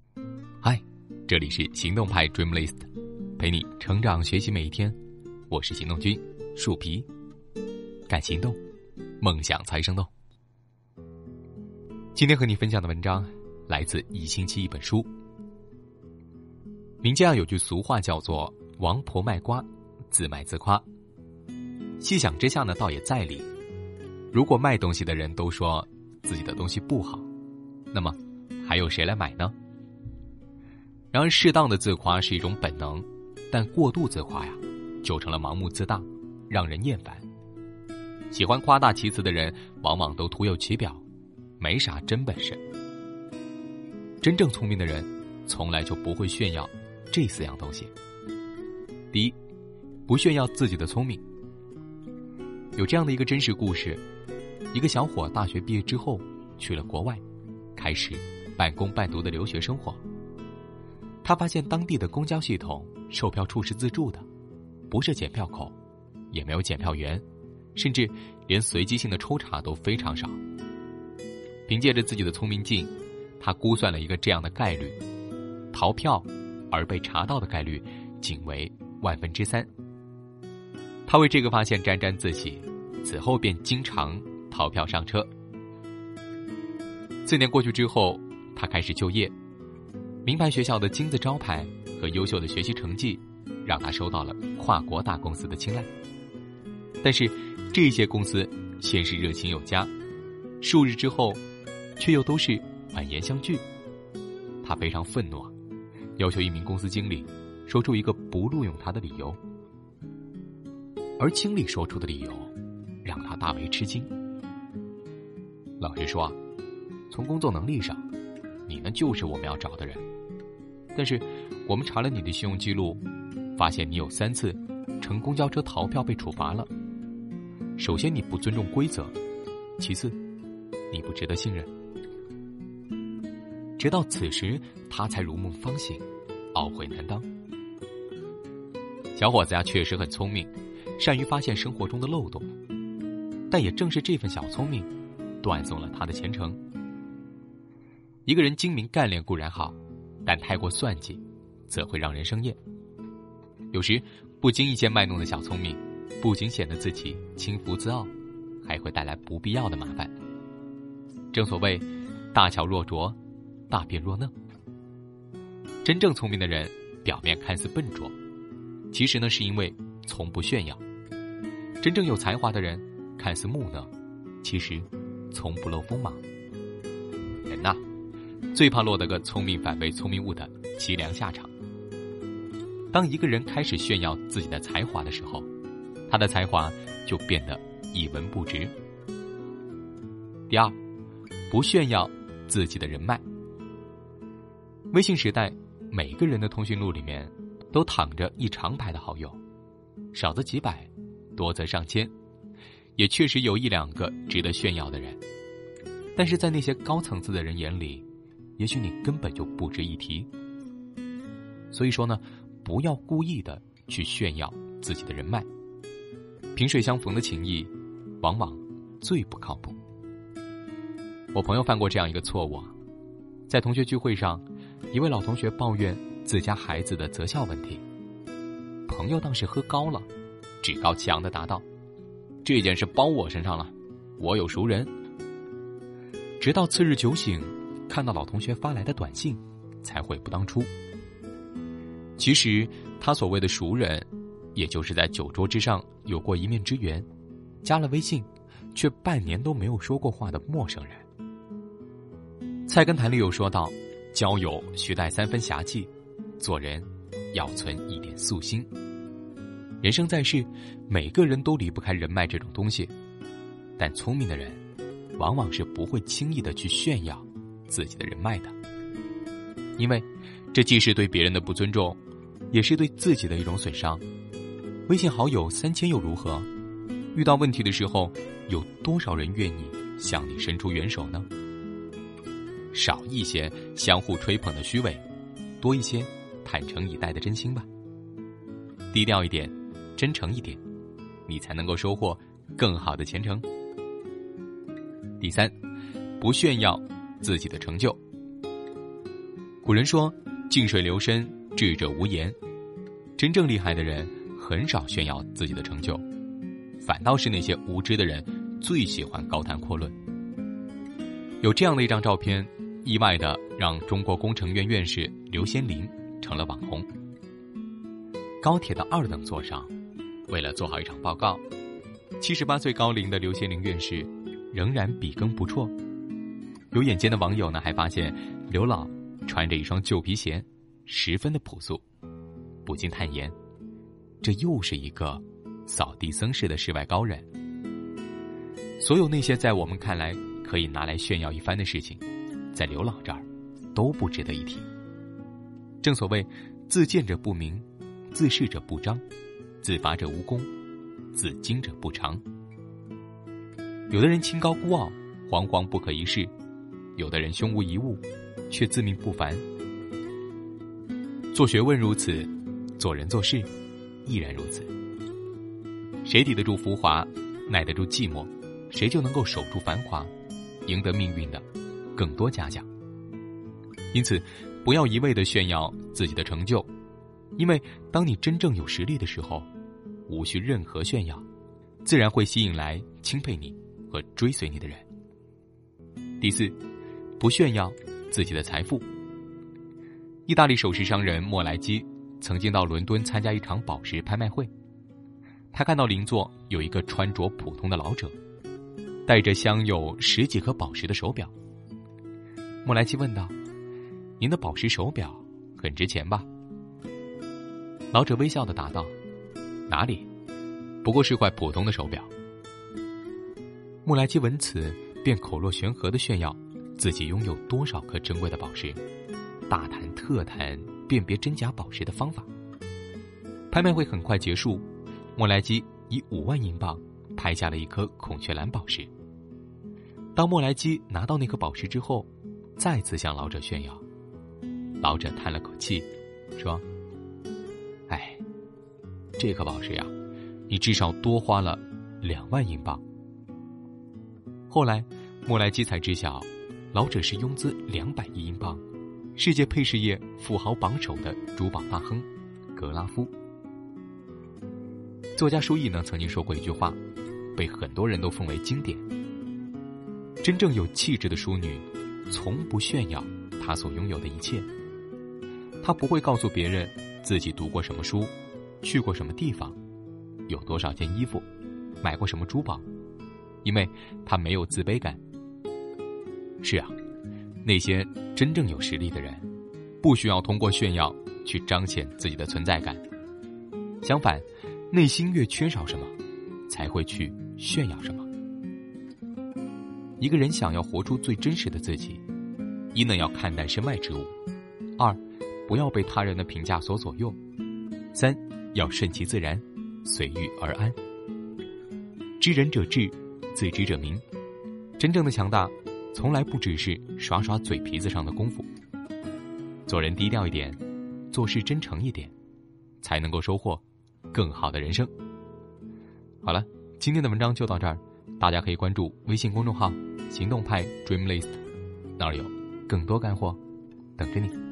嗨，这里是行动派 Dreamlist， 陪你成长学习每一天。我是行动君树皮，敢行动，梦想才生动。今天和你分享的文章来自一星期一本书。民间有句俗话叫做王婆卖瓜，自卖自夸。细想之下呢，倒也在理。如果卖东西的人都说自己的东西不好，那么还有谁来买呢？然而适当的自夸是一种本能，但过度自夸呀，就成了盲目自大，让人厌烦。喜欢夸大其词的人往往都徒有其表，没啥真本事。真正聪明的人从来就不会炫耀这4样东西。第一，不炫耀自己的聪明。有这样的一个真实故事，一个小伙大学毕业之后去了国外，开始半工半读的留学生活。他发现当地的公交系统售票处是自助的，不设检票口，也没有检票员，甚至连随机性的抽查都非常少。凭借着自己的聪明劲，他估算了一个这样的概率：逃票而被查到的概率仅为3%。他为这个发现沾沾自喜，此后便经常逃票上车。4年过去之后，他开始就业。名牌学校的金字招牌和优秀的学习成绩让他受到了跨国大公司的青睐。但是这些公司先是热情有加，数日之后却又都是婉言相拒。他非常愤怒，要求一名公司经理说出一个不录用他的理由。而经理说出的理由让他大为吃惊。老实说，从工作能力上，你呢就是我们要找的人，但是我们查了你的信用记录，发现你有3次乘公交车逃票被处罚了。首先你不尊重规则，其次你不值得信任。直到此时他才如梦方醒，懊悔难当。小伙子呀确实很聪明，善于发现生活中的漏洞，但也正是这份小聪明断送了他的前程。一个人精明干练固然好，但太过算计则会让人生厌。有时不经意间卖弄的小聪明，不仅显得自己轻浮自傲，还会带来不必要的麻烦。正所谓大巧若拙，大辩若讷。真正聪明的人表面看似笨拙，其实呢是因为从不炫耀。真正有才华的人看似木讷，其实从不露锋芒。人呐，最怕落得个聪明反被聪明误的凄凉下场。当一个人开始炫耀自己的才华的时候，他的才华就变得一文不值。第二，不炫耀自己的人脉。微信时代，每个人的通讯录里面都躺着一长排的好友，少则几百，多则上千，也确实有1-2个值得炫耀的人。但是在那些高层次的人眼里，也许你根本就不值一提。所以说呢，不要故意的去炫耀自己的人脉。萍水相逢的情谊往往最不靠谱。我朋友犯过这样一个错误，在同学聚会上，一位老同学抱怨自家孩子的择校问题。朋友当时喝高了，趾高气扬地答道：这件事包我身上了，我有熟人。直到次日酒醒，看到老同学发来的短信，才悔不当初。其实他所谓的熟人，也就是在酒桌之上有过一面之缘，加了微信却半年都没有说过话的陌生人。菜根谭里有说到，交友须带3分侠气，做人要存1点素心。人生在世，每个人都离不开人脉这种东西，但聪明的人往往是不会轻易的去炫耀自己的人脉的，因为这既是对别人的不尊重，也是对自己的一种损伤。微信好友3000又如何？遇到问题的时候，有多少人愿意向你伸出援手呢？少一些相互吹捧的虚伪，多一些坦诚以待的真心吧。低调一点，真诚一点，你才能够收获更好的前程。第三，不炫耀自己的成就。 古人说静水流深，智者无言。真正厉害的人很少炫耀自己的成就，反倒是那些无知的人最喜欢高谈阔论。有这样的一张照片，意外地让中国工程院院士刘先林成了网红。高铁的2等座上，为了做好一场报告，78岁高龄的刘先林院士仍然笔耕不辍。有眼尖的网友呢，还发现刘老穿着一双旧皮鞋，十分的朴素，不禁叹言，这又是一个扫地僧式的世外高人。所有那些在我们看来可以拿来炫耀一番的事情，在刘老这儿都不值得一提。正所谓自见者不明，自是者不彰，自伐者无功，自矜者不长。有的人清高孤傲，惶惶不可一世；有的人胸无一物，却自命不凡。做学问如此，做人做事亦然如此。谁抵得住浮华，耐得住寂寞，谁就能够守住繁华，赢得命运的更多嘉奖。因此不要一味地炫耀自己的成就，因为当你真正有实力的时候，无需任何炫耀，自然会吸引来钦佩你和追随你的人。第4，不炫耀自己的财富。意大利首饰商人莫莱基曾经到伦敦参加一场宝石拍卖会，他看到邻座有一个穿着普通的老者，戴着镶有10几颗宝石的手表。莫莱基问道：“您的宝石手表很值钱吧？”老者微笑地答道：“哪里，不过是块普通的手表。”莫莱基闻此便口若悬河地炫耀自己拥有多少颗珍贵的宝石，大谈特谈辨别真假宝石的方法。拍卖会很快结束，莫莱基以5万英镑拍下了一颗孔雀蓝宝石。当莫莱基拿到那颗宝石之后，再次向老者炫耀。老者叹了口气说：“哎，这颗宝石呀，你至少多花了2万英镑。”后来莫莱基才知晓，老者是拥资200亿英镑，世界配饰业富豪榜首的珠宝大亨格拉夫。作家舒毅呢曾经说过一句话，被很多人都奉为经典：真正有气质的淑女从不炫耀她所拥有的一切。她不会告诉别人自己读过什么书，去过什么地方，有多少件衣服，买过什么珠宝，因为她没有自卑感。是啊，那些真正有实力的人，不需要通过炫耀去彰显自己的存在感，相反，内心越缺少什么，才会去炫耀什么。一个人想要活出最真实的自己，一呢要看淡身外之物，2不要被他人的评价所左右，3要顺其自然，随遇而安。知人者智，自知者明。真正的强大从来不只是耍耍嘴皮子上的功夫。做人低调一点，做事真诚一点，才能够收获更好的人生。好了，今天的文章就到这儿，大家可以关注微信公众号行动派 Dreamlist， 那儿有更多干货等着你。